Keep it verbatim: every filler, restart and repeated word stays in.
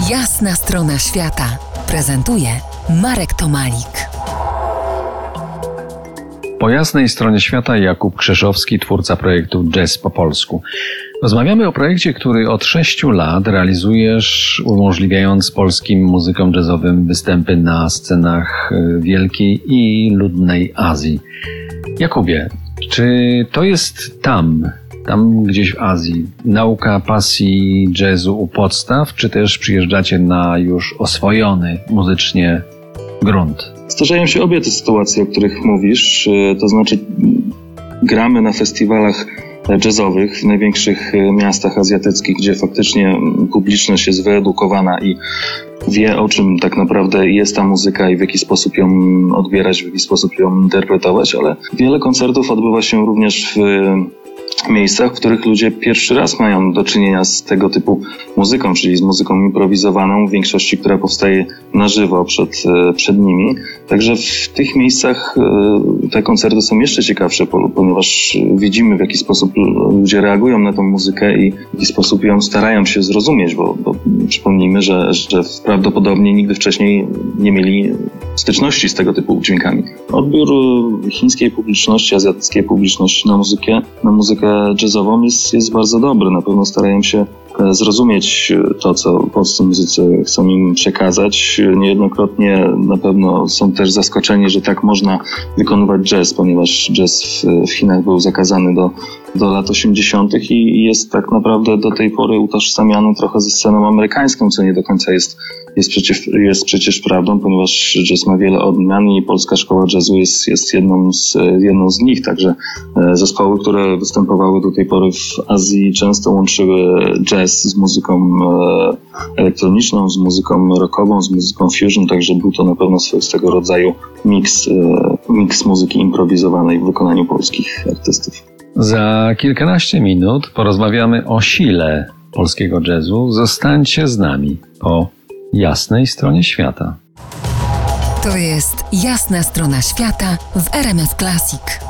Jasna strona świata prezentuje Marek Tomalik. Po jasnej stronie świata Jakub Krzeszowski, twórca projektu Jazz po polsku. Rozmawiamy o projekcie, który od sześciu lat realizujesz, umożliwiając polskim muzykom jazzowym występy na scenach wielkiej i ludnej Azji. Jakubie, czy to jest tam, tam gdzieś w Azji, nauka pasji jazzu u podstaw, czy też przyjeżdżacie na już oswojony muzycznie grunt? Zdarzają się obie te sytuacje, o których mówisz, to znaczy gramy na festiwalach jazzowych w największych miastach azjatyckich, gdzie faktycznie publiczność jest wyedukowana i wie, o czym tak naprawdę jest ta muzyka i w jaki sposób ją odbierać, w jaki sposób ją interpretować, ale wiele koncertów odbywa się również w miejscach, w których ludzie pierwszy raz mają do czynienia z tego typu muzyką, czyli z muzyką improwizowaną, w większości, która powstaje na żywo przed, przed nimi. Także w tych miejscach te koncerty są jeszcze ciekawsze, ponieważ widzimy, w jaki sposób ludzie reagują na tą muzykę i w jaki sposób ją starają się zrozumieć, bo, bo przypomnijmy, że, że prawdopodobnie nigdy wcześniej nie mieli styczności z tego typu dźwiękami. Odbiór chińskiej publiczności, azjatyckiej publiczności na muzykę, na muzykę jazzową jest, jest bardzo dobry. Na pewno starają się zrozumieć to, co polscy muzycy chcą im przekazać. Niejednokrotnie na pewno są też zaskoczeni, że tak można wykonywać jazz, ponieważ jazz w, w Chinach był zakazany do, do lat osiemdziesiątych i jest tak naprawdę do tej pory utożsamiany trochę ze sceną amerykańską, co nie do końca jest, jest, przecież, jest przecież prawdą, ponieważ jazz ma wiele odmian i Polska Szkoła Jazzu jest, jest jedną, z, jedną z nich. Także zespoły, które występowały do tej pory w Azji, często łączyły jazz z muzyką elektroniczną, z muzyką rockową, z muzyką fusion, także był to na pewno swego rodzaju miks, miks muzyki improwizowanej w wykonaniu polskich artystów. Za kilkanaście minut porozmawiamy o sile polskiego jazzu. Zostańcie z nami po jasnej stronie świata. To jest Jasna strona świata w R M F Classic.